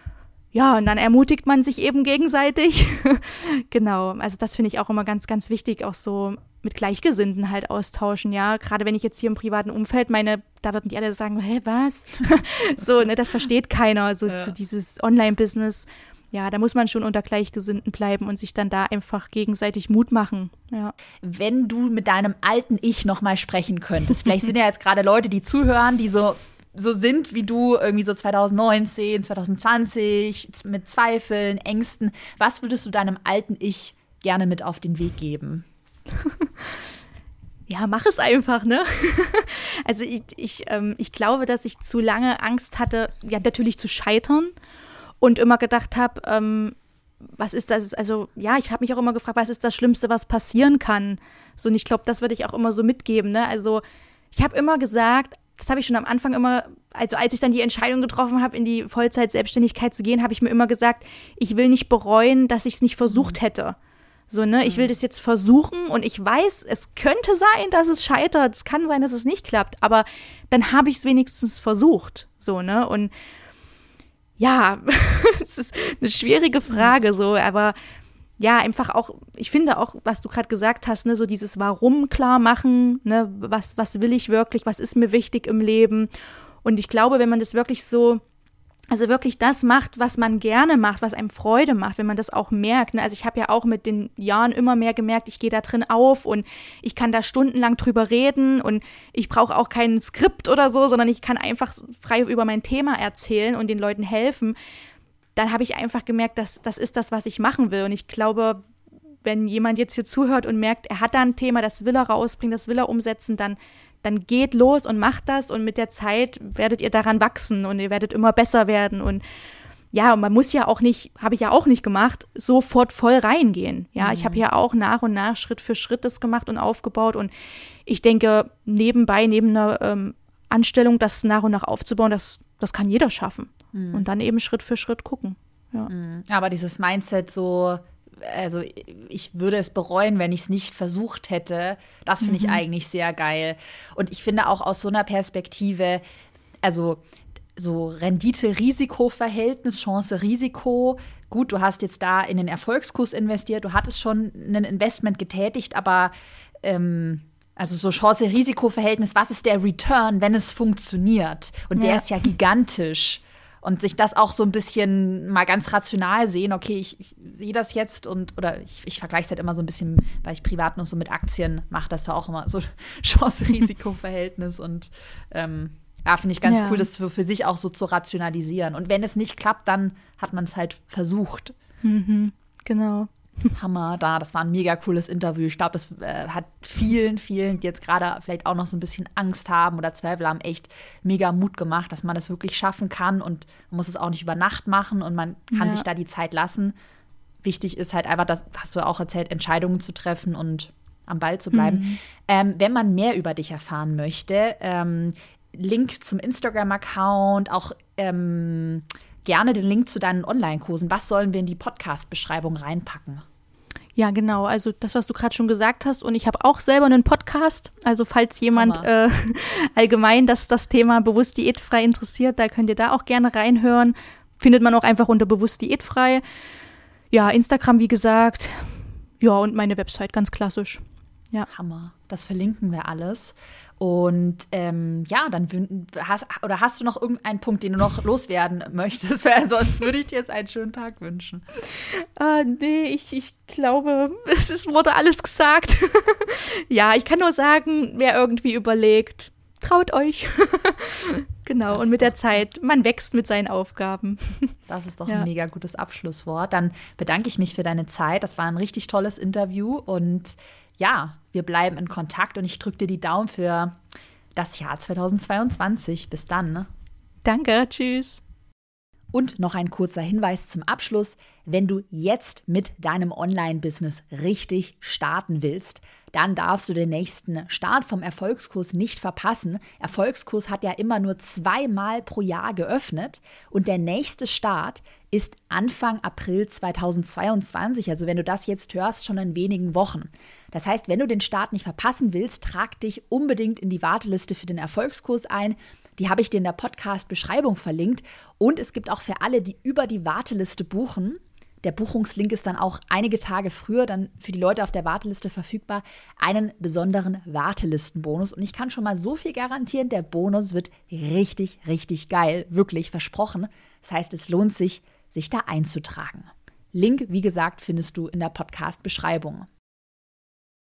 ja, und dann ermutigt man sich eben gegenseitig. Genau, also das finde ich auch immer ganz, ganz wichtig, auch so mit Gleichgesinnten halt austauschen, ja. Gerade wenn ich jetzt hier im privaten Umfeld da würden die alle sagen, hä, was? So, ne, das versteht keiner, so dieses Online-Business. Ja, da muss man schon unter Gleichgesinnten bleiben und sich dann da einfach gegenseitig Mut machen, ja. Wenn du mit deinem alten Ich nochmal sprechen könntest, vielleicht sind ja jetzt gerade Leute, die zuhören, die so sind wie du, irgendwie so 2019, 2020, mit Zweifeln, Ängsten. Was würdest du deinem alten Ich gerne mit auf den Weg geben? Ja, mach es einfach, ne? Also ich glaube, dass ich zu lange Angst hatte, ja, natürlich zu scheitern und immer gedacht habe, was ist das? Also ja, ich habe mich auch immer gefragt, was ist das Schlimmste, was passieren kann? So, und ich glaube, das würde ich auch immer so mitgeben, ne? Also ich habe immer gesagt, das habe ich schon am Anfang immer, also als ich dann die Entscheidung getroffen habe, in die Vollzeit-Selbstständigkeit zu gehen, habe ich mir immer gesagt, ich will nicht bereuen, dass ich es nicht versucht hätte. So, ne, ich will das jetzt versuchen und ich weiß, es könnte sein, dass es scheitert. Es kann sein, dass es nicht klappt, aber dann habe ich es wenigstens versucht. So, ne, und ja, es ist eine schwierige Frage, so, aber ja, einfach auch, ich finde auch, was du gerade gesagt hast, ne, so dieses Warum klar machen, ne, was will ich wirklich, was ist mir wichtig im Leben. Und ich glaube, wenn man das wirklich so, also wirklich das macht, was man gerne macht, was einem Freude macht, wenn man das auch merkt. Ne? Also ich habe ja auch mit den Jahren immer mehr gemerkt, ich gehe da drin auf und ich kann da stundenlang drüber reden und ich brauche auch kein Skript oder so, sondern ich kann einfach frei über mein Thema erzählen und den Leuten helfen. Dann habe ich einfach gemerkt, dass das ist das, was ich machen will. Und ich glaube, wenn jemand jetzt hier zuhört und merkt, er hat da ein Thema, das will er rausbringen, das will er umsetzen, dann geht los und macht das und mit der Zeit werdet ihr daran wachsen und ihr werdet immer besser werden und ja, und man muss ja auch nicht, habe ich ja auch nicht gemacht, sofort voll reingehen. Ja, ich habe ja auch nach und nach Schritt für Schritt das gemacht und aufgebaut und ich denke, neben einer Anstellung, das nach und nach aufzubauen, das kann jeder schaffen und dann eben Schritt für Schritt gucken. Ja. Aber dieses Mindset so, also ich würde es bereuen, wenn ich es nicht versucht hätte. Das finde ich eigentlich sehr geil. Und ich finde auch aus so einer Perspektive, also so Rendite-Risiko-Verhältnis, Chance-Risiko. Gut, du hast jetzt da in den Erfolgskurs investiert, du hattest schon ein Investment getätigt, aber also so Chance-Risiko-Verhältnis, was ist der Return, wenn es funktioniert? Und der ist ja gigantisch. Und sich das auch so ein bisschen mal ganz rational sehen, okay, ich sehe das jetzt oder ich vergleiche es halt immer so ein bisschen, weil ich privat noch so mit Aktien mache, das da auch immer so Chance-Risiko-Verhältnis und ja, finde ich ganz cool, das für sich auch so zu rationalisieren. Und wenn es nicht klappt, dann hat man es halt versucht. Genau. Hammer, das war ein mega cooles Interview. Ich glaube, das hat vielen, die jetzt gerade vielleicht auch noch so ein bisschen Angst haben oder Zweifel haben, echt mega Mut gemacht, dass man das wirklich schaffen kann und man muss es auch nicht über Nacht machen und man kann sich da die Zeit lassen. Wichtig ist halt einfach, das hast du auch erzählt, Entscheidungen zu treffen und am Ball zu bleiben. Wenn man mehr über dich erfahren möchte, Link zum Instagram-Account, auch gerne den Link zu deinen Online-Kursen. Was sollen wir in die Podcast-Beschreibung reinpacken? Ja, genau. Also das, was du gerade schon gesagt hast. Und ich habe auch selber einen Podcast. Also falls jemand allgemein das Thema bewusst diätfrei interessiert, da könnt ihr da auch gerne reinhören. Findet man auch einfach unter bewusst diätfrei. Ja, Instagram, wie gesagt. Ja, und meine Website, ganz klassisch. Ja. Hammer. Das verlinken wir alles. Und ja, dann hast du noch irgendeinen Punkt, den du noch loswerden möchtest? Weil sonst würde ich dir jetzt einen schönen Tag wünschen. Nee, ich glaube, wurde alles gesagt. Ja, ich kann nur sagen, wer irgendwie überlegt, traut euch. Genau, und mit der Zeit, man wächst mit seinen Aufgaben. Das ist doch ein mega gutes Abschlusswort. Dann bedanke ich mich für deine Zeit. Das war ein richtig tolles Interview und ja, wir bleiben in Kontakt und ich drücke dir die Daumen für das Jahr 2022. Bis dann. Ne? Danke, tschüss. Und noch ein kurzer Hinweis zum Abschluss. Wenn du jetzt mit deinem Online-Business richtig starten willst, dann darfst du den nächsten Start vom Erfolgskurs nicht verpassen. Erfolgskurs hat ja immer nur 2-mal pro Jahr geöffnet und der nächste Start ist Anfang April 2022. Also wenn du das jetzt hörst, schon in wenigen Wochen. Das heißt, wenn du den Start nicht verpassen willst, trag dich unbedingt in die Warteliste für den Erfolgskurs ein. Die habe ich dir in der Podcast-Beschreibung verlinkt. Und es gibt auch für alle, die über die Warteliste buchen, der Buchungslink ist dann auch einige Tage früher dann für die Leute auf der Warteliste verfügbar, einen besonderen Wartelistenbonus. Und ich kann schon mal so viel garantieren, der Bonus wird richtig, richtig geil. Wirklich versprochen. Das heißt, es lohnt sich, sich da einzutragen. Link, wie gesagt, findest du in der Podcast-Beschreibung.